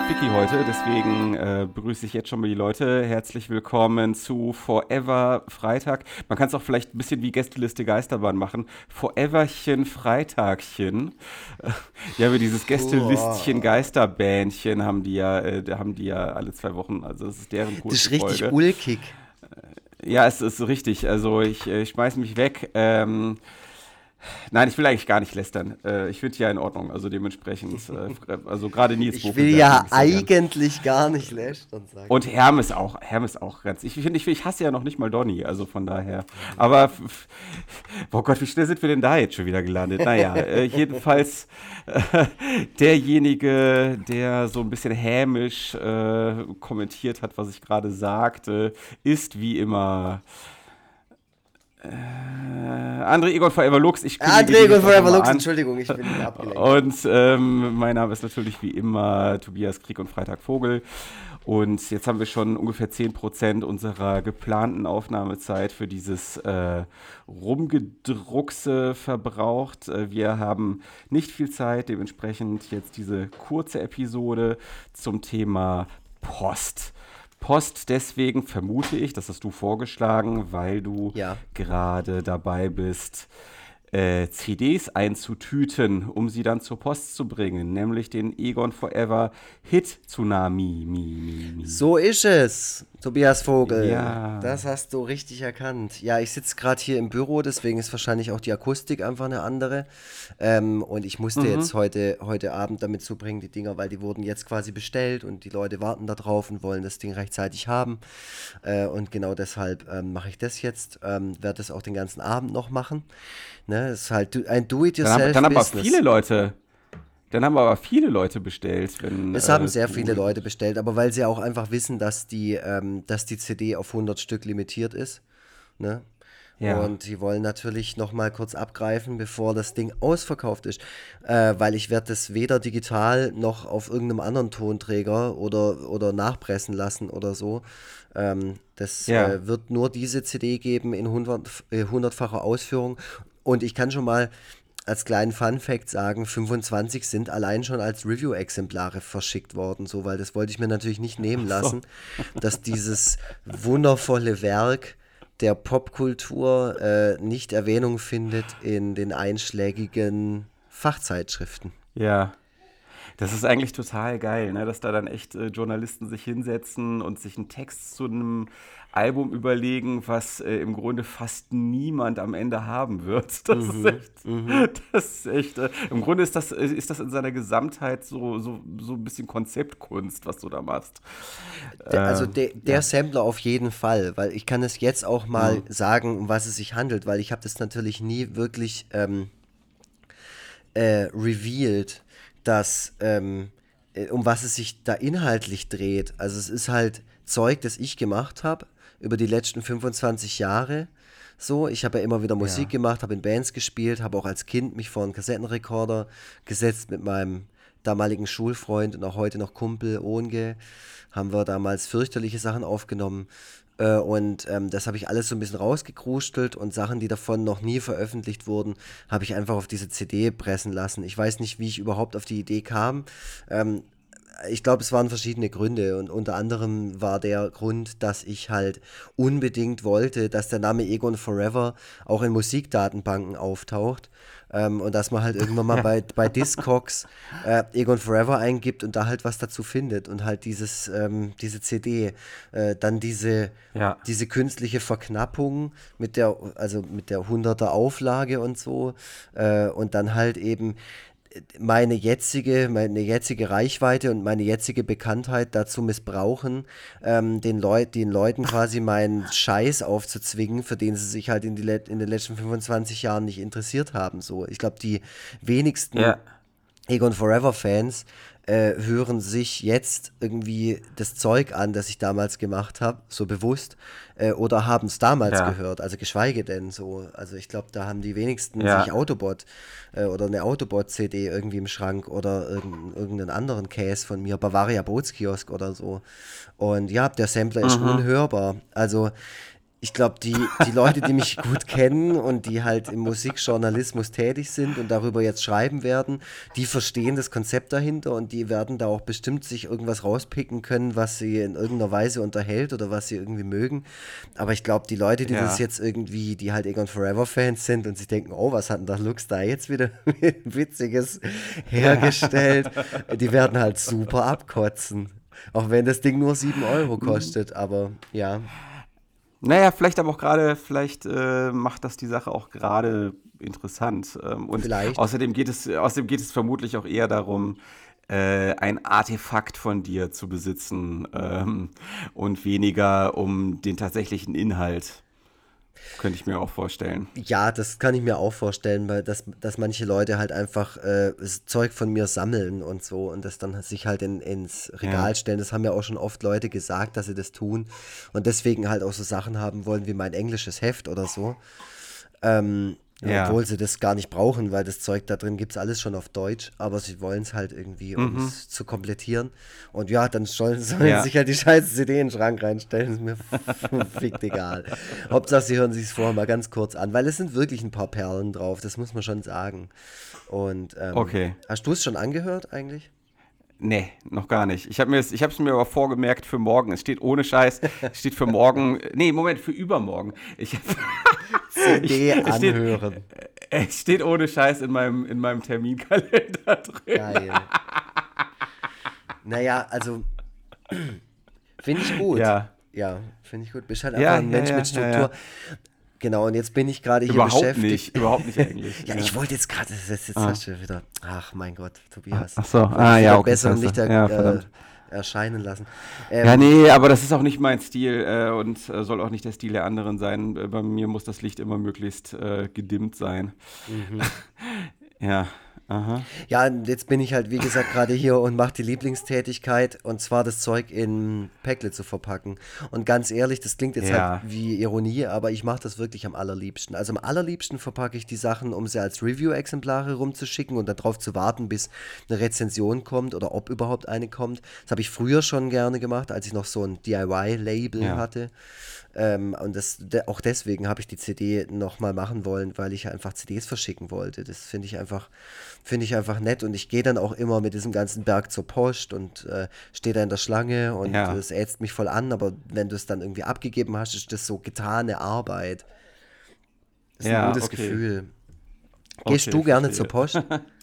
Wiki heute, deswegen begrüße ich jetzt schon mal die Leute. Herzlich willkommen zu Forever Freitag. Man kann es auch vielleicht ein bisschen wie Gästeliste Geisterbahn machen. Foreverchen Freitagchen. Ja, wir dieses Gästelistchen Boah, Geisterbähnchen haben die ja alle 2 Wochen. Also das ist deren das kurze ist richtig Folge. ulkig. Ja, es ist richtig. Also ich schmeiß mich weg. Nein, ich will eigentlich gar nicht lästern. Ich finde ja in Ordnung. Also dementsprechend, also gerade Nils Ich will Bokelberg mag ja ich sehr gern. eigentlich gar nicht lästern, sagt Und er. Hermes auch ganz. Ich hasse ja noch nicht mal Donny, also von daher. Aber, oh Gott, wie schnell sind wir denn da jetzt schon wieder gelandet? Naja, jedenfalls derjenige, der so ein bisschen hämisch kommentiert hat, was ich gerade sagte, ist wie immer André Egon Forever Lux. Ich kündige André die Egon jetzt auch Forever nochmal Lux, an. Entschuldigung, ich bin abgelenkt. Und mein Name ist natürlich wie immer Tobias Krieg und Freitag Vogel. Und jetzt haben wir schon ungefähr 10% unserer geplanten Aufnahmezeit für dieses Rumgedruckse verbraucht. Wir haben nicht viel Zeit, dementsprechend jetzt diese kurze Episode zum Thema Post. Post deswegen vermute ich, das hast du vorgeschlagen, weil du Ja. gerade dabei bist, CDs einzutüten, um sie dann zur Post zu bringen, nämlich den Egon Forever Hit Tsunami. So ist es, Tobias Vogel. Ja. Das hast du richtig erkannt. Ja, ich sitze gerade hier im Büro, deswegen ist wahrscheinlich auch die Akustik einfach eine andere. Und ich musste Mhm. jetzt heute Abend damit zubringen, die Dinger, weil die wurden jetzt quasi bestellt und die Leute warten da drauf und wollen das Ding rechtzeitig haben. Und genau deshalb mache ich das jetzt. Werde das auch den ganzen Abend noch machen. Ne, es ist halt ein Dann haben aber Do-it-yourself-Business. viele Leute bestellt, wenn Es haben sehr viele du. Leute bestellt, aber weil sie auch einfach wissen, dass die CD auf 100 Stück limitiert ist. Ne? Ja. Und die wollen natürlich noch mal kurz abgreifen, bevor das Ding ausverkauft ist. Weil ich werde das weder digital noch auf irgendeinem anderen Tonträger oder nachpressen lassen oder so. Das Ja. wird nur diese CD geben in 100-facher Ausführung. Und ich kann schon mal als kleinen Fun-Fact sagen, 25 sind allein schon als Review-Exemplare verschickt worden, so, weil das wollte ich mir natürlich nicht nehmen Ach so. lassen, dass dieses wundervolle Werk der Popkultur nicht Erwähnung findet in den einschlägigen Fachzeitschriften. Ja. Das ist eigentlich total geil, ne? Dass da dann echt Journalisten sich hinsetzen und sich einen Text zu einem Album überlegen, was im Grunde fast niemand am Ende haben wird. Mhm, mhm. Im Grunde ist das in seiner Gesamtheit so ein bisschen Konzeptkunst, was du da machst. Also Äh, der ja. Sampler auf jeden Fall, weil ich kann es jetzt auch mal Mm, sagen, um was es sich handelt, weil ich habe das natürlich nie wirklich revealed, dass um was es sich da inhaltlich dreht. Also es ist halt Zeug, das ich gemacht habe über die letzten 25 Jahre. So, ich habe ja immer wieder Musik ja. gemacht, habe in Bands gespielt, habe auch als Kind mich vor einen Kassettenrekorder gesetzt mit meinem damaligen Schulfreund und auch heute noch Kumpel Onge. Haben wir damals fürchterliche Sachen aufgenommen. Und das habe ich alles so ein bisschen rausgekrustelt und Sachen, die davon noch nie veröffentlicht wurden, habe ich einfach auf diese CD pressen lassen. Ich weiß nicht, wie ich überhaupt auf die Idee kam. Ähm, Ich glaube, es waren verschiedene Gründe und unter anderem war der Grund, dass ich halt unbedingt wollte, dass der Name Egon Forever auch in Musikdatenbanken auftaucht und dass man halt irgendwann mal Ja. bei Discogs Egon Forever eingibt und da halt was dazu findet und halt diese CD, dann Ja. diese künstliche Verknappung mit der 100er Auflage und so und dann halt eben meine jetzige Reichweite und meine jetzige Bekanntheit dazu missbrauchen, den Leuten quasi meinen Scheiß aufzuzwingen, für den sie sich halt in den letzten 25 Jahren nicht interessiert haben. So, ich glaube, die wenigsten Ja. Egon Forever Fans hören sich jetzt irgendwie das Zeug an, das ich damals gemacht habe, so bewusst, oder haben es damals Ja. gehört, also geschweige denn so. Also ich glaube, da haben die wenigsten sich Ja. Autobot oder eine Autobot-CD irgendwie im Schrank oder irgendeinen anderen Case von mir, Bavaria Bootskiosk oder so. Und ja, der Sampler ist Mhm. unhörbar. Also Ich glaube, die Leute, die mich gut kennen und die halt im Musikjournalismus tätig sind und darüber jetzt schreiben werden, die verstehen das Konzept dahinter und die werden da auch bestimmt sich irgendwas rauspicken können, was sie in irgendeiner Weise unterhält oder was sie irgendwie mögen. Aber ich glaube, die Leute, die das Ja. jetzt irgendwie, die halt Egon Forever Fans sind und sich denken, oh, was hat denn der Lux da jetzt wieder Witziges hergestellt, die werden halt super abkotzen. Auch wenn das Ding nur 7 € kostet, aber ja, Naja, vielleicht aber auch gerade, vielleicht macht das die Sache auch gerade interessant. Und vielleicht. außerdem geht es vermutlich auch eher darum, ein Artefakt von dir zu besitzen und weniger um den tatsächlichen Inhalt, könnte ich mir auch vorstellen. Ja, das kann ich mir auch vorstellen, weil dass manche Leute halt einfach das Zeug von mir sammeln und so und das dann sich halt ins Ja, Regal stellen. Das haben ja auch schon oft Leute gesagt, dass sie das tun und deswegen halt auch so Sachen haben wollen wie mein englisches Heft oder so. ja. Obwohl sie das gar nicht brauchen, weil das Zeug da drin gibt es alles schon auf Deutsch, aber sie wollen es halt irgendwie, um Mhm. es zu komplettieren. Und ja, dann sollen sie Ja. sich halt die scheiße CD in den Schrank reinstellen, ist mir fickt egal. Hauptsache, sie hören sich es vorher mal ganz kurz an, weil es sind wirklich ein paar Perlen drauf, das muss man schon sagen. Und Okay. hast du es schon angehört eigentlich? Nee, noch gar nicht. Ich habe es mir aber vorgemerkt für morgen. Es steht ohne Scheiß, es steht für morgen, nee, Moment, für übermorgen. CD Es steht, anhören. es steht ohne Scheiß in meinem Terminkalender drin. Geil. Naja, also finde ich gut. Ja, Ja, finde ich gut. Bist halt einfach ja, ein ja, Mensch mit ja, ja, Struktur. ja. Genau, und jetzt bin ich gerade hier beschäftigt. Überhaupt nicht eigentlich. Ja, Ja. ich wollte jetzt gerade, jetzt Ah. hast du wieder. Ach mein Gott, Tobias. Ach so, Ich wollte dich ja, wieder okay, besser im scheiße. Licht Ja, verdammt. erscheinen lassen. Ja, Ähm, nee, aber das ist auch nicht mein Stil und soll auch nicht der Stil der anderen sein. Bei mir muss das Licht immer möglichst gedimmt sein. mhm. Ja, aha. Ja, und jetzt bin ich halt, wie gesagt, gerade hier und mache die Lieblingstätigkeit und zwar das Zeug in Päckle zu verpacken. Und ganz ehrlich, das klingt jetzt halt Ja, wie Ironie, aber ich mache das wirklich am allerliebsten. Also am allerliebsten verpacke ich die Sachen, um sie als Review-Exemplare rumzuschicken und darauf zu warten, bis eine Rezension kommt oder ob überhaupt eine kommt. Das habe ich früher schon gerne gemacht, als ich noch so ein DIY-Label ja, hatte. Und auch deswegen habe ich die CD nochmal machen wollen, weil ich einfach CDs verschicken wollte. Das finde ich einfach nett und ich gehe dann auch immer mit diesem ganzen Berg zur Post und stehe da in der Schlange und ja. es ätzt mich voll an, aber wenn du es dann irgendwie abgegeben hast, ist das so getane Arbeit. Das ist ein Ja, gutes okay. Gefühl. Gehst Okay, du gerne zur verstehe. Post?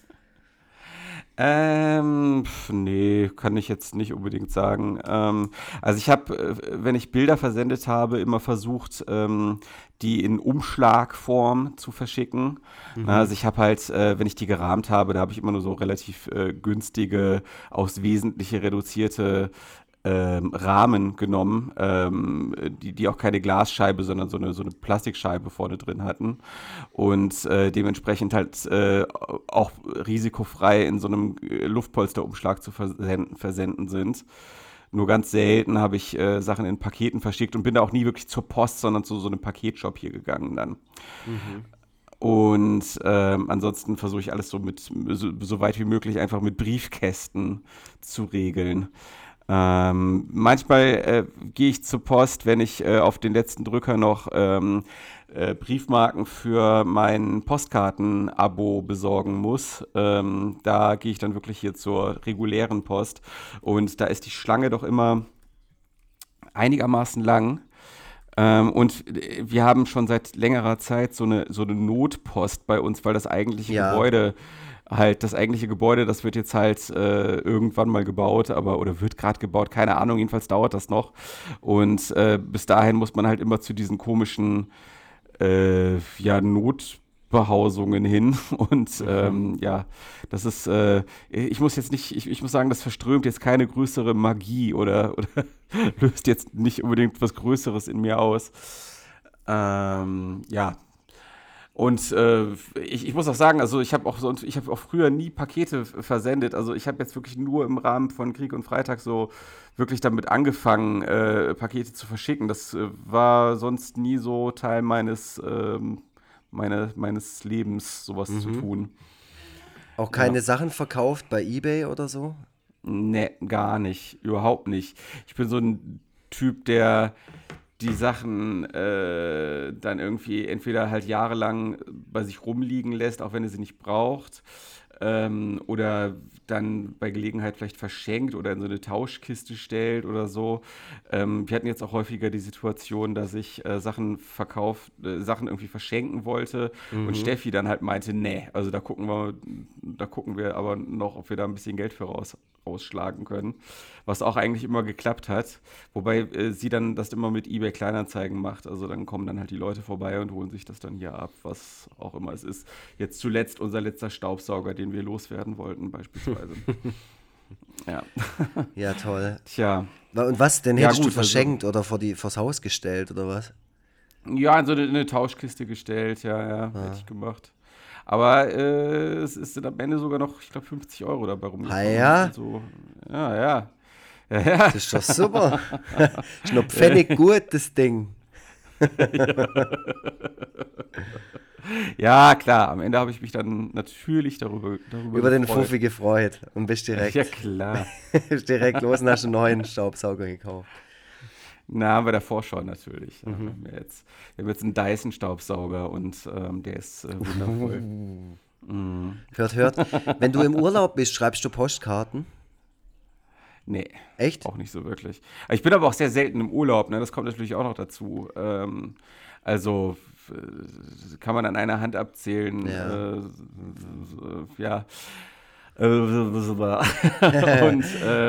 Nee, kann ich jetzt nicht unbedingt sagen. Also ich habe, wenn ich Bilder versendet habe, immer versucht, die in Umschlagform zu verschicken. Na, Mhm. also ich habe halt, wenn ich die gerahmt habe, da habe ich immer nur so relativ günstige, aufs Wesentliche reduzierte Rahmen genommen, die auch keine Glasscheibe, sondern so eine Plastikscheibe vorne drin hatten und dementsprechend halt auch risikofrei in so einem Luftpolsterumschlag zu versenden sind. Nur ganz selten habe ich Sachen in Paketen verschickt und bin da auch nie wirklich zur Post, sondern zu so einem Paketshop hier gegangen dann. Mhm. Und ansonsten versuche ich alles so weit wie möglich einfach mit Briefkästen zu regeln. Manchmal gehe ich zur Post, wenn ich auf den letzten Drücker noch Briefmarken für mein Postkarten-Abo besorgen muss. Da gehe ich dann wirklich hier zur regulären Post und da ist die Schlange doch immer einigermaßen lang. Und wir haben schon seit längerer Zeit so eine Notpost bei uns, weil Ja, das eigentliche Gebäude, das wird jetzt halt irgendwann mal gebaut, oder wird gerade gebaut, keine Ahnung, jedenfalls dauert das noch. Und bis dahin muss man halt immer zu diesen komischen ja, Notbehausungen hin. Und mhm. ja, das ist, ich muss jetzt nicht, ich muss sagen, das verströmt jetzt keine größere Magie oder löst jetzt nicht unbedingt was Größeres in mir aus. Ja, und ich muss auch sagen, also ich habe auch früher nie Pakete versendet. Also ich habe jetzt wirklich nur im Rahmen von Krieg und Freitag so wirklich damit angefangen, Pakete zu verschicken. Das war sonst nie so Teil meines Lebens, sowas zu Mhm. tun. Auch Ja. keine Sachen verkauft bei eBay oder so? Nee, gar nicht. Überhaupt nicht. Ich bin so ein Typ, der die Sachen dann irgendwie entweder halt jahrelang bei sich rumliegen lässt, auch wenn er sie nicht braucht, oder dann bei Gelegenheit vielleicht verschenkt oder in so eine Tauschkiste stellt oder so. Wir hatten jetzt auch häufiger die Situation, dass ich Sachen irgendwie verschenken wollte und Mhm. Steffi dann halt meinte, nee, also da gucken wir aber noch, ob wir da ein bisschen Geld für rausschlagen können, was auch eigentlich immer geklappt hat, wobei sie dann das immer mit eBay Kleinanzeigen macht, also dann kommen dann halt die Leute vorbei und holen sich das dann hier ab, was auch immer es ist. Jetzt zuletzt unser letzter Staubsauger, den wir loswerden wollten beispielsweise. Ja, Ja, toll. tja, Und was, den ja hättest du gut, also verschenkt oder vors Haus gestellt oder was? ja, in so eine Tauschkiste gestellt, ja, ja, hätte Ah, ich gemacht. Aber es ist am Ende sogar noch, ich glaube, 50 Euro dabei ah rumgekommen. ja, Also, ja, ja. Ja, ja. das ist doch super. Ist noch Pfennig gut, das Ding. Ja, klar, am Ende habe ich mich dann natürlich darüber Über den gefreut. Fuffi gefreut und Ja, klar. bist direkt los und hast einen neuen Staubsauger gekauft. Na, bei der Vorschau natürlich. Ja, Mhm. wir haben jetzt einen Dyson-Staubsauger und der ist wundervoll. Mm. Hört, hört. Wenn du im Urlaub bist, schreibst du Postkarten? Nee, Echt? auch nicht so wirklich. Ich bin aber auch sehr selten im Urlaub, ne? Das kommt natürlich auch noch dazu. Also kann man an einer Hand abzählen. Ja. Ja. und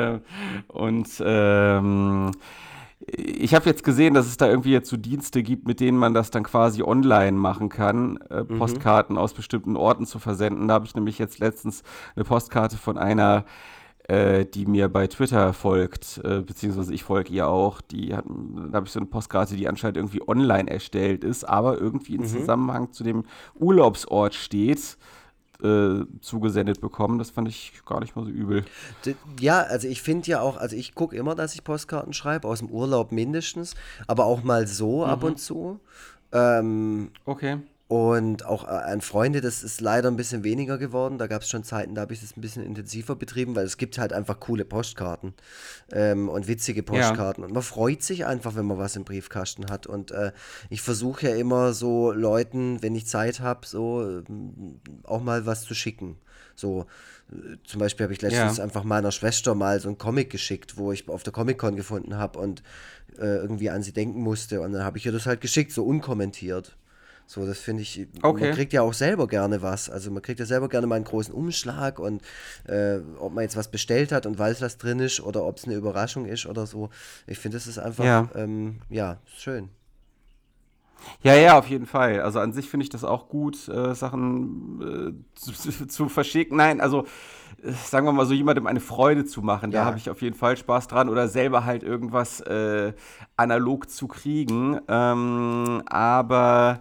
ich habe jetzt gesehen, dass es da irgendwie jetzt so Dienste gibt, mit denen man das dann quasi online machen kann, Mhm. Postkarten aus bestimmten Orten zu versenden. Da habe ich nämlich jetzt letztens eine Postkarte von einer die mir bei Twitter folgt, beziehungsweise ich folge ihr auch. Da habe ich so eine Postkarte, die anscheinend irgendwie online erstellt ist, aber irgendwie in Mhm. Zusammenhang zu dem Urlaubsort steht, zugesendet bekommen. Das fand ich gar nicht mal so übel. Ja, also ich finde ja auch, also ich gucke immer, dass ich Postkarten schreibe, aus dem Urlaub mindestens, aber auch mal so ab Mhm. und zu. Ähm, Okay. und auch an Freunde, das ist leider ein bisschen weniger geworden. Da gab es schon Zeiten, da habe ich das ein bisschen intensiver betrieben, weil es gibt halt einfach coole Postkarten und witzige Ja. Postkarten. Und man freut sich einfach, wenn man was im Briefkasten hat. Und ich versuche ja immer so Leuten, wenn ich Zeit habe, so auch mal was zu schicken. So, zum Beispiel habe ich letztens Ja. einfach meiner Schwester mal so einen Comic geschickt, wo ich auf der Comic-Con gefunden habe und irgendwie an sie denken musste. Und dann habe ich ihr das halt geschickt, so unkommentiert. So, das finde ich, man Okay. kriegt ja auch selber gerne was. Also man kriegt ja selber gerne mal einen großen Umschlag und ob man jetzt was bestellt hat und weiß, was drin ist oder ob es eine Überraschung ist oder so. Ich finde, das ist einfach, Ja. ja, schön. Ja, ja, auf jeden Fall. Also an sich finde ich das auch gut, Sachen zu verschicken. Nein, also sagen wir mal so, jemandem eine Freude zu machen, da habe Ja. ich auf jeden Fall Spaß dran. Oder selber halt irgendwas analog zu kriegen. Aber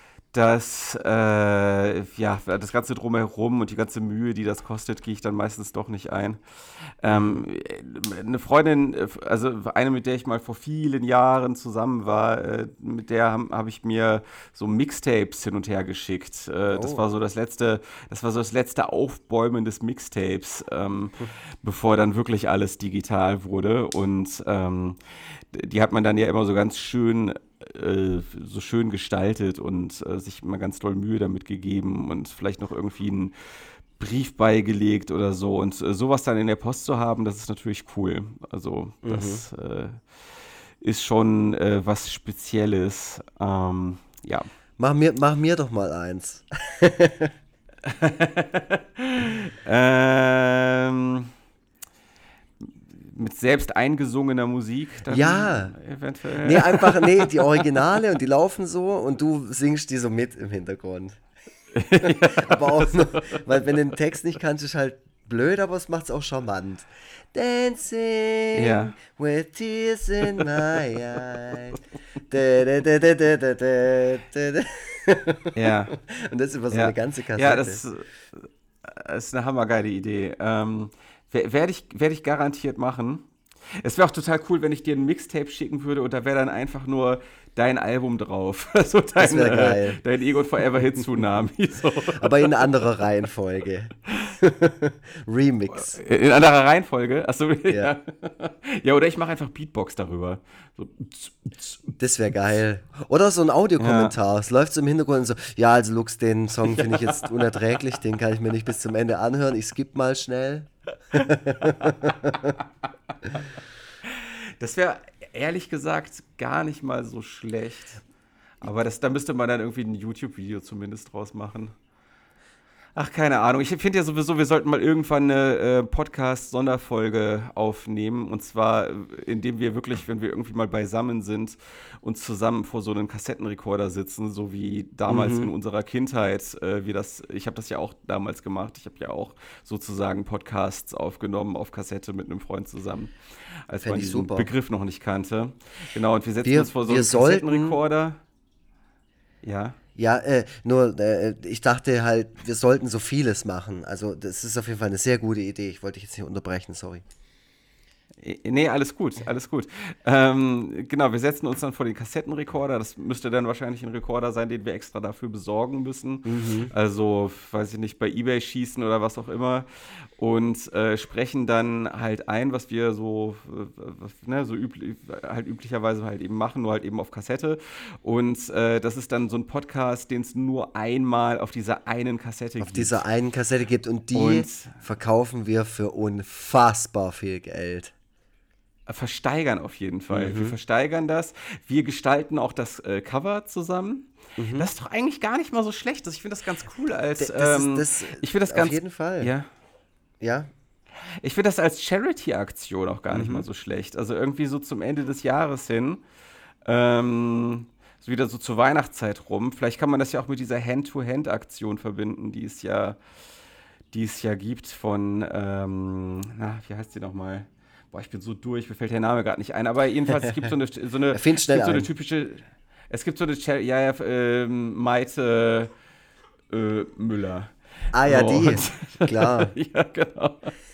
das Ganze drumherum und die ganze Mühe, die das kostet, gehe ich dann meistens doch nicht ein. Mhm. Ähm, eine Freundin, also eine, mit der ich mal vor vielen Jahren zusammen war, mit der hab ich mir so Mixtapes hin und her geschickt. Oh. Das war so das letzte Aufbäumen des Mixtapes, bevor dann wirklich alles digital wurde. Und die hat man dann ja immer so schön gestaltet und sich immer ganz doll Mühe damit gegeben und vielleicht noch irgendwie einen Brief beigelegt oder so. Und sowas dann in der Post zu haben, das ist natürlich cool. Also Mhm. das ist schon was Spezielles. Ja. Mach mir doch mal eins. ähm, mit selbst eingesungener Musik Ja. dann eventuell. Nee, einfach, nee, die Originale und die laufen so und du singst die so mit im Hintergrund. Aber auch nur, weil wenn du den Text nicht kannst, ist halt blöd, aber es macht es auch charmant. Dancing Ja, with tears in my eyes. Da, da, da, da, da, da, da, da, da. ja, Und das über so eine ja. ganze Ja, Kassette. das ist eine hammergeile Idee. Werde ich garantiert machen. Es wäre auch total cool, wenn ich dir ein Mixtape schicken würde und da wäre dann einfach nur dein Album drauf. So Das wäre geil. dein Ego Forever Hit Tsunami. So. Aber in anderer Reihenfolge. Remix. In anderer Reihenfolge. Achso, Ja, ja. Ja, oder ich mache einfach Beatbox darüber. So. das wäre geil. Oder so ein Ja. Audiokommentar. Es läuft so im Hintergrund und so, ja, also Lux, den Song finde ich jetzt unerträglich, den kann ich mir nicht bis zum Ende anhören. Ich skippe mal schnell. Das wäre ehrlich gesagt gar nicht mal so schlecht. Aber da müsste man dann irgendwie ein YouTube-Video zumindest draus machen. Ach, keine Ahnung. Ich finde ja sowieso, wir sollten mal irgendwann eine Podcast-Sonderfolge aufnehmen. Und zwar, indem wir wirklich, wenn wir irgendwie mal beisammen sind und zusammen vor so einem Kassettenrekorder sitzen, so wie damals in Mhm. unserer Kindheit, ich habe das ja auch damals gemacht. Ich habe ja auch sozusagen Podcasts aufgenommen auf Kassette mit einem Freund zusammen, als man Fände ich diesen super. Begriff noch nicht kannte. Genau, und wir setzen Wir, uns vor so wir einem sollten, Kassettenrekorder. Ja. ja, nur, ich dachte halt, wir sollten so vieles machen. Also, das ist auf jeden Fall eine sehr gute Idee. Ich wollte dich jetzt nicht unterbrechen, sorry. Nee, alles gut, alles gut. Genau, wir setzen uns dann vor den Kassettenrekorder. Das müsste dann wahrscheinlich ein Rekorder sein, den wir extra dafür besorgen müssen. Mhm. Also, weiß ich nicht, bei eBay schießen oder was auch immer. Und sprechen dann halt ein, was wir so, ne, halt üblicherweise halt eben machen, nur halt eben auf Kassette. Und das ist dann so ein Podcast, den es nur einmal auf dieser einen Kassette Auf dieser gibt. einen Kassette gibt und die Und verkaufen wir für unfassbar viel Geld. versteigern auf jeden Fall. Wir Mhm. versteigern das. Wir gestalten auch das Cover zusammen. Mhm. Das ist doch eigentlich gar nicht mal so schlecht. Ich finde das ganz cool Das ist das ich finde das auf ganz, jeden Fall. ja, Ja. ich finde das als Charity-Aktion auch gar nicht mal Mhm. so schlecht. Also irgendwie so zum Ende des Jahres hin, so wieder so zur Weihnachtszeit rum. Vielleicht kann man das ja auch mit dieser Hand-to-Hand-Aktion verbinden, die es ja gibt von, wie heißt die nochmal? Boah, ich bin so durch, mir fällt der Name gerade nicht ein. Aber jedenfalls, Erfind es schnell gibt so eine ein. typische, es gibt so eine, Maite Müller. Ah ja, So, die. und, Klar. ja, genau.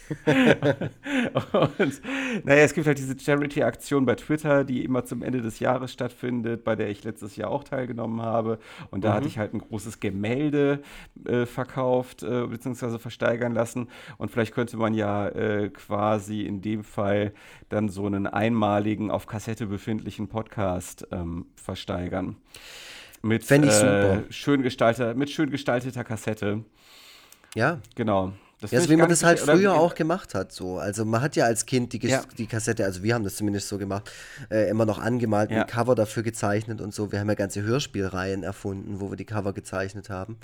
Und naja, es gibt halt diese Charity-Aktion bei Twitter, die immer zum Ende des Jahres stattfindet, bei der ich letztes Jahr auch teilgenommen habe. Und da hatte Mhm. ich halt ein großes Gemälde verkauft, beziehungsweise versteigern lassen. Und vielleicht könnte man ja quasi in dem Fall dann so einen einmaligen, auf Kassette befindlichen Podcast versteigern. Fände ich super. Mit schön gestalteter Kassette. Ja. Genau. Das Ja, finde so ich wie gar man nicht das so halt schlecht. Oder, früher auch gemacht hat, so. Also man hat ja als Kind ja, die Kassette, also wir haben das zumindest so gemacht, immer noch angemalt und ein ja, Cover dafür gezeichnet und so. Wir haben ja ganze Hörspielreihen erfunden, wo wir die Cover gezeichnet haben.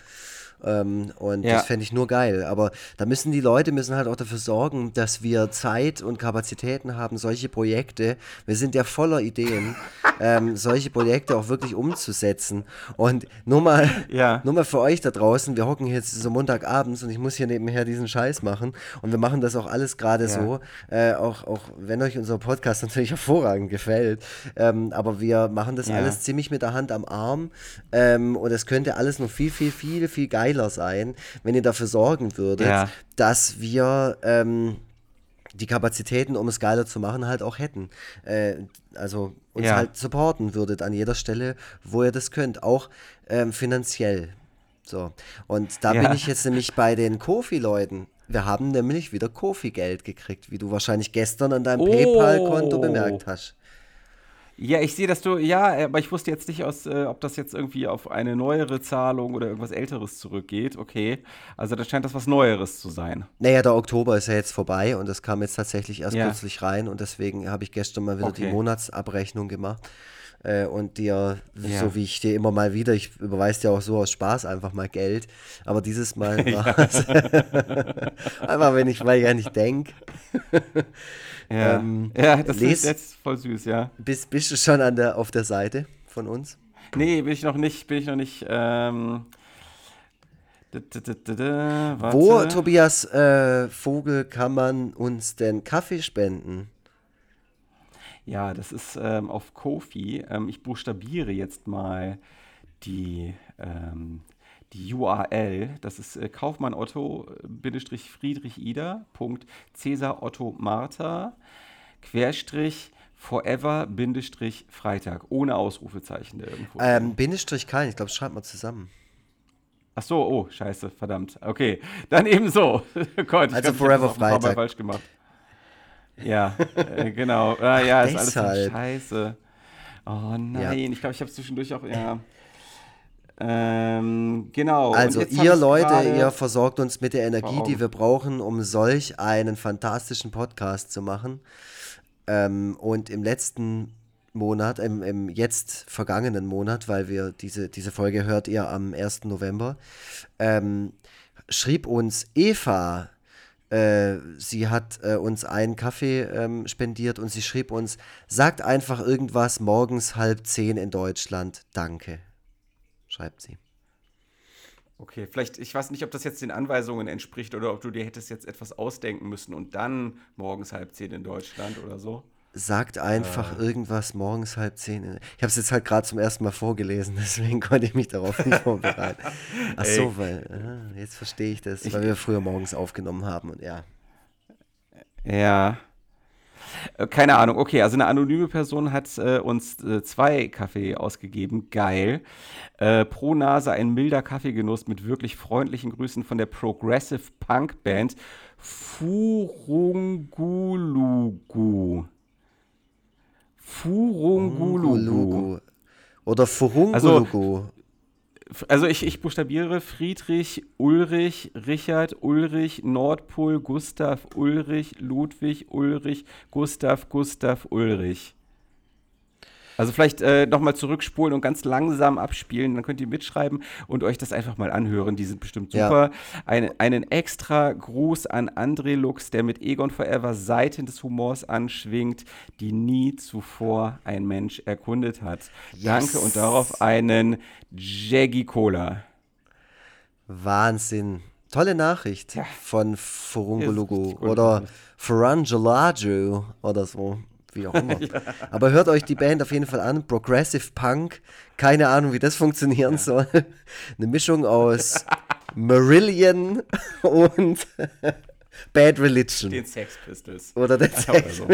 Und das ja, fände ich nur geil. Aber da müssen die Leute müssen halt auch dafür sorgen, dass wir Zeit und Kapazitäten haben, solche Projekte, wir sind ja voller Ideen, solche Projekte auch wirklich umzusetzen. Und ja, nur mal für euch da draußen, wir hocken hier jetzt so Montagabends und ich muss hier nebenher diesen Scheiß machen. Und wir machen das auch alles gerade ja, so, auch wenn euch unser Podcast natürlich hervorragend gefällt. Aber wir machen das ja, alles ziemlich mit der Hand am Arm. Und es könnte alles noch viel, viel, viel, viel geiler sein, wenn ihr dafür sorgen würdet, ja, dass wir die Kapazitäten, um es geiler zu machen, halt auch hätten. Also uns ja, halt supporten würdet an jeder Stelle, wo ihr das könnt, auch finanziell. So. Und da bin ja. ich jetzt nämlich bei den Kofi-Leuten. Wir haben nämlich wieder Kofi-Geld gekriegt, wie du wahrscheinlich gestern an deinem PayPal-Konto Oh. bemerkt hast. Ja, ich sehe, aber ich wusste jetzt nicht ob das jetzt irgendwie auf eine neuere Zahlung oder irgendwas Älteres zurückgeht. Okay. Also dann scheint das was Neueres zu sein. Naja, der Oktober ist ja jetzt vorbei und das kam jetzt tatsächlich erst Ja, kürzlich rein und deswegen habe ich gestern mal wieder die okay. Monatsabrechnung gemacht und dir, so Ja. wie ich dir immer mal wieder, ich überweise dir auch so aus Spaß einfach mal Geld, aber dieses Mal war Ja, es einfach, weil ich ja nicht denke. ja. Ja, das ist Les, jetzt voll süß, ja. bist du schon auf der Seite von uns? Nee, bin ich noch nicht. Wo, Warte. Tobias Vogel, kann man uns denn Kaffee spenden? Ja, das ist auf Ko-fi. Ich buchstabiere jetzt mal die, die URL. Das ist Kaufmann Otto Friedrich Ida Cäsar Otto Martha Forever Freitag ohne Ausrufezeichen da irgendwo drin. Bindestrich kein, ich glaube, das schreibt man zusammen. Ach so, oh, scheiße, verdammt. Okay, dann eben so. Gott, ich Also glaube, ich habe das Forever auch ein paar Mal Freitag. falsch gemacht. Ja, genau. Ja, ist alles so Deshalb. scheiße. Oh Ja. nein, ich glaube, ich habe es zwischendurch auch, ja. Genau, und Also jetzt habe ihr ich es Leute, ihr gerade versorgt uns mit der vor Energie, die Augen. wir brauchen, um solch einen fantastischen Podcast zu machen. Und im letzten Monat, im jetzt vergangenen Monat, weil wir diese Folge hört ihr am 1. November, ähm, schrieb uns Eva, sie hat uns einen Kaffee spendiert und sie schrieb uns, sagt einfach irgendwas morgens 9:30 in Deutschland. Danke, schreibt sie. Okay, vielleicht, ich weiß nicht, ob das jetzt den Anweisungen entspricht oder ob du dir hättest jetzt etwas ausdenken müssen und dann morgens 9:30 in Deutschland oder so. Sagt einfach Äh, irgendwas morgens 9:30. Ich habe es jetzt halt gerade zum ersten Mal vorgelesen, deswegen konnte ich mich darauf nicht vorbereiten. Ach ey, so, weil, jetzt verstehe ich das, weil ich, wir früher morgens aufgenommen haben und ja. ja, keine Ahnung. Okay, also eine anonyme Person hat uns 2 Kaffee ausgegeben. Geil. Pro Nase ein milder Kaffeegenuss mit wirklich freundlichen Grüßen von der Progressive Punk Band Furungulugu. Furungulugu. Ungulugu oder Also, Furungulugu. ich buchstabiere Friedrich, Ulrich, Richard, Ulrich, Nordpol, Gustav, Ulrich, Ludwig, Ulrich, Gustav, Gustav, Ulrich. Also vielleicht nochmal zurückspulen und ganz langsam abspielen, dann könnt ihr mitschreiben und euch das einfach mal anhören. Die sind bestimmt Ja, super. Einen extra Gruß an André Lux, der mit Egon Forever Seiten des Humors anschwingt, die nie zuvor ein Mensch erkundet hat. Danke und darauf yes. einen Jaggy Cola. Wahnsinn. Tolle Nachricht Tja, von ist Furungulugu richtig gute oder Nachricht. Furangelaju oder so, wie auch immer. Aber hört euch die Band auf jeden Fall an. Progressive Punk. Keine Ahnung, wie das funktionieren Ja. soll. Eine Mischung aus Marillion und Bad Religion. Den Sex Pistols. Oder der Ja, oder Sex. so.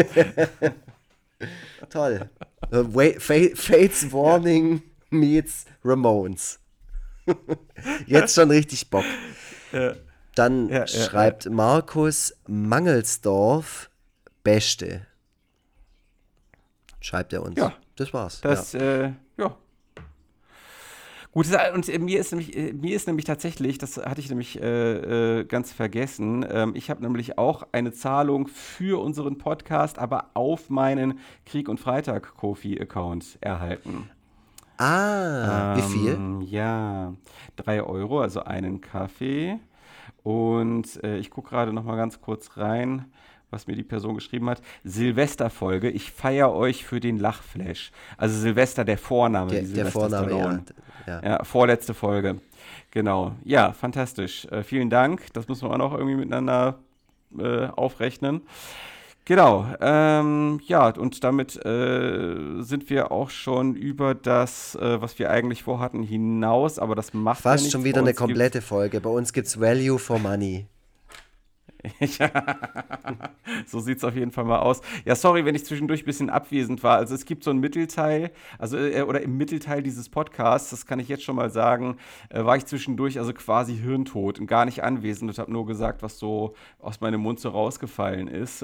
Toll. Fates Ja. Warning meets Ramones. Jetzt schon richtig Bock. Ja, Dann ja, ja, ja. schreibt Markus Mangelsdorf, Beste, schreibt er uns. Ja, Das war's, ja. ja. Gut, und mir ist nämlich tatsächlich, das hatte ich nämlich ganz vergessen, ich habe nämlich auch eine Zahlung für unseren Podcast, aber auf meinen Krieg und Freitag Kofi-Account erhalten. Wie viel? Ja, 3 Euro, also einen Kaffee. Und ich gucke gerade noch mal ganz kurz rein, was mir die Person geschrieben hat. Silvesterfolge, ich feiere euch für den Lachflash. Also Silvester, der Vorname, wie Der Sylvester Vorname, ja. Stallone. Ja. Ja, vorletzte Folge. Genau. Ja, fantastisch. Vielen Dank. Das müssen wir auch noch irgendwie miteinander aufrechnen. Genau. Ja, und damit sind wir auch schon über das, was wir eigentlich vorhatten, hinaus. Aber das macht ja Fast schon nichts. Bei wieder eine uns gibt's komplette Folge. Bei uns gibt's Value for Money. ja, so sieht es auf jeden Fall mal aus. Ja, sorry, wenn ich zwischendurch ein bisschen abwesend war. Also es gibt so einen Mittelteil, also oder im Mittelteil dieses Podcasts, das kann ich jetzt schon mal sagen, war ich zwischendurch also quasi hirntot und gar nicht anwesend und habe nur gesagt, was so aus meinem Mund so rausgefallen ist.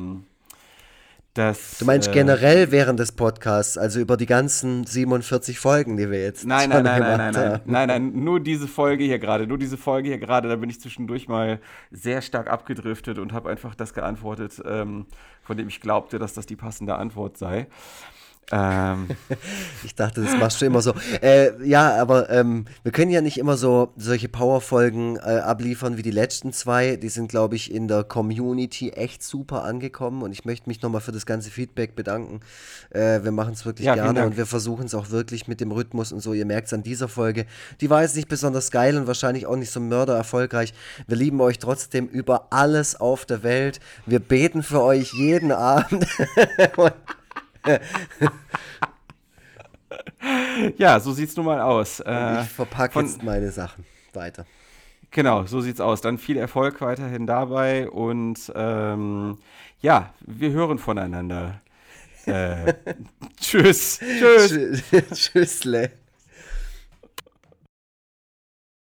Du Das, meinst generell während des Podcasts, also über die ganzen 47 Folgen, die wir jetzt nein, nein, schon nein, nein, nein, gemacht nein, haben. nein, nein, nur diese Folge hier gerade, da bin ich zwischendurch mal sehr stark abgedriftet und habe einfach das geantwortet, von dem ich glaubte, dass das die passende Antwort sei. Ähm, Ich dachte, das machst du immer so. Ja, aber wir können ja nicht immer so solche Powerfolgen abliefern wie die letzten zwei. Die sind, glaube ich, in der Community echt super angekommen und ich möchte mich nochmal für das ganze Feedback bedanken. Wir machen es wirklich ja, vielen gerne und Dank. wir versuchen es auch wirklich mit dem Rhythmus und so. Ihr merkt es an dieser Folge. Die war jetzt nicht besonders geil und wahrscheinlich auch nicht so mördererfolgreich. Wir lieben euch trotzdem über alles auf der Welt. Wir beten für euch jeden Abend. Ja, so sieht's nun mal aus. Und ich verpacke Von, jetzt meine Sachen weiter. genau, so sieht's aus. Dann viel Erfolg weiterhin dabei und ja, wir hören voneinander. Tschüss, tschüss. Tschüssle.